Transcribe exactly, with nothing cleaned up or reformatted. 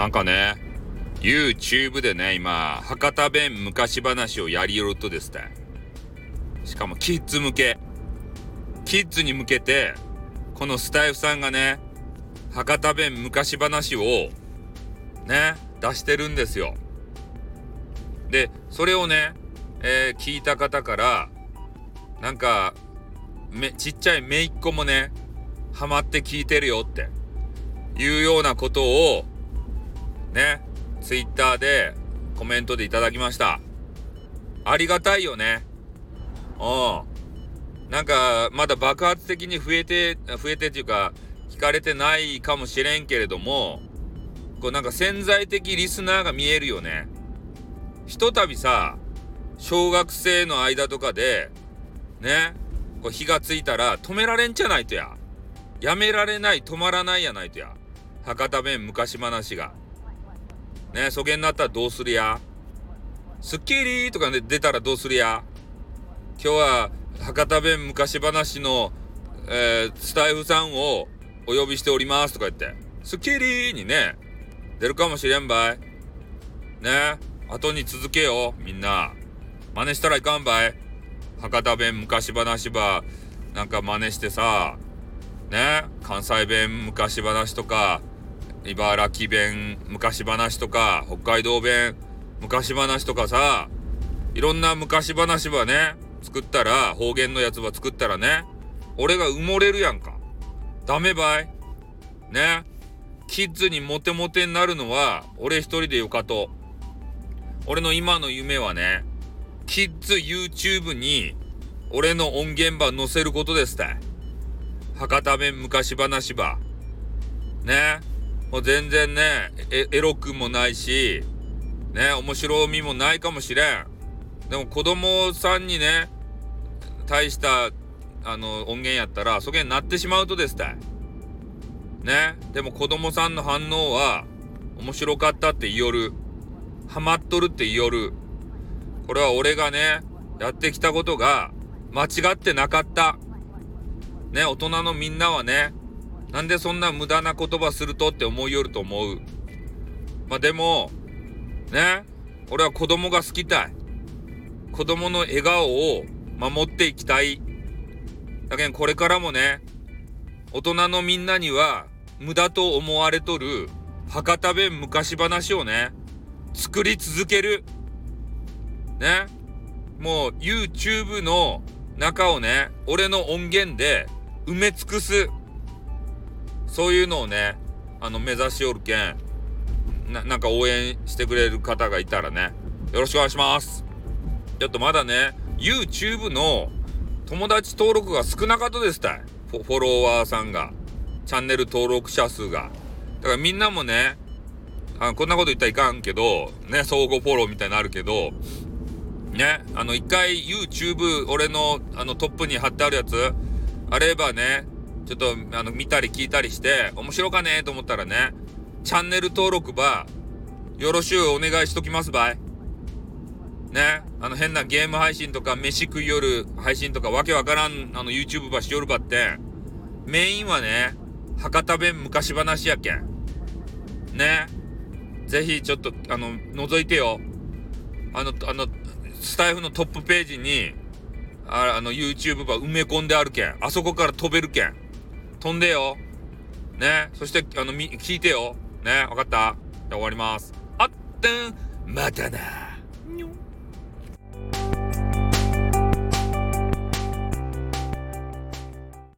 なんかね、YouTube でね、今、博多弁昔話をやりよるとですね。しかもキッズ向け。キッズに向けて、このスタイフさんがね、博多弁昔話をね、出してるんですよ。で、それをね、えー、聞いた方から、なんか、め、ちっちゃい姪っ子もね、ハマって聞いてるよっていうようなことを、ね、ツイッターでコメントでいただきました。ありがたいよね。うん。なんか、まだ爆発的に増えて、増えてっていうか、聞かれてないかもしれんけれども、こうなんか潜在的リスナーが見えるよね。ひとたびさ、小学生の間とかで、ね、こう火がついたら止められんじゃないとや。やめられない、止まらないやないとや。博多弁昔話が。ね、そげんなったらどうするや。スッキリーとかで出たらどうするや。今日は博多弁昔話の、えー、スタイフさんをお呼びしておりますとか言って、スッキリーにね、出るかもしれんばい。ね、後に続けよ、みんな。真似したらいかんばい。博多弁昔話ば、なんか真似してさ、ね、関西弁昔話とか、茨城弁昔話とか、北海道弁昔話とかさ、いろんな昔話はね、作ったら、方言のやつは作ったらね、俺が埋もれるやんか。ダメばい。ね。キッズにモテモテになるのは、俺一人でよかと。俺の今の夢はね、キッズ YouTube に、俺の音源ば載せることですたい。博多弁昔話ば。ね。もう全然ね、エ、エロくもないし、ね、面白みもないかもしれん。でも子供さんにね、大した、あの、音源やったら、そげになってしまうとですたい。ね。でも子供さんの反応は、面白かったって言いよる。ハマっとるって言いよる。これは俺がね、やってきたことが、間違ってなかった。ね、大人のみんなはね、なんでそんな無駄な言葉するとって思いよると思う。まあ、でも、ね、俺は子供が好きたい。子供の笑顔を守っていきたい。だけどこれからもね、大人のみんなには無駄と思われとる博多弁昔話をね、作り続ける。ね。もう YouTube の中をね、俺の音源で埋め尽くす。そういうのをね、あの目指しおるけん、な、なんか応援してくれる方がいたらね、よろしくお願いします。ちょっとまだね、YouTube の友達登録が少なかったですたい。フォ、フォロワーさんが。チャンネル登録者数が。だからみんなもね、あこんなこと言ったらいかんけど、ね、相互フォローみたいになるけど、ね、あの一回 YouTube 俺のあのトップに貼ってあるやつ、あればね、ちょっとあの見たり聞いたりして、面白かねと思ったらね、チャンネル登録ば、よろしゅうお願いしときますばい。ね、あの変なゲーム配信とか飯食いよる配信とかわけわからんあの YouTube ばしよるばって、メインはね、博多弁昔話やけん。ね。ぜひちょっとあの覗いてよ。あのあのスタイフのトップページにああの YouTube ば埋め込んであるけん。あそこから飛べるけん。飛んでよ。ね。そしてあのみ聞いてよ。ね。わかった？じゃあ終わります。あってん。またな。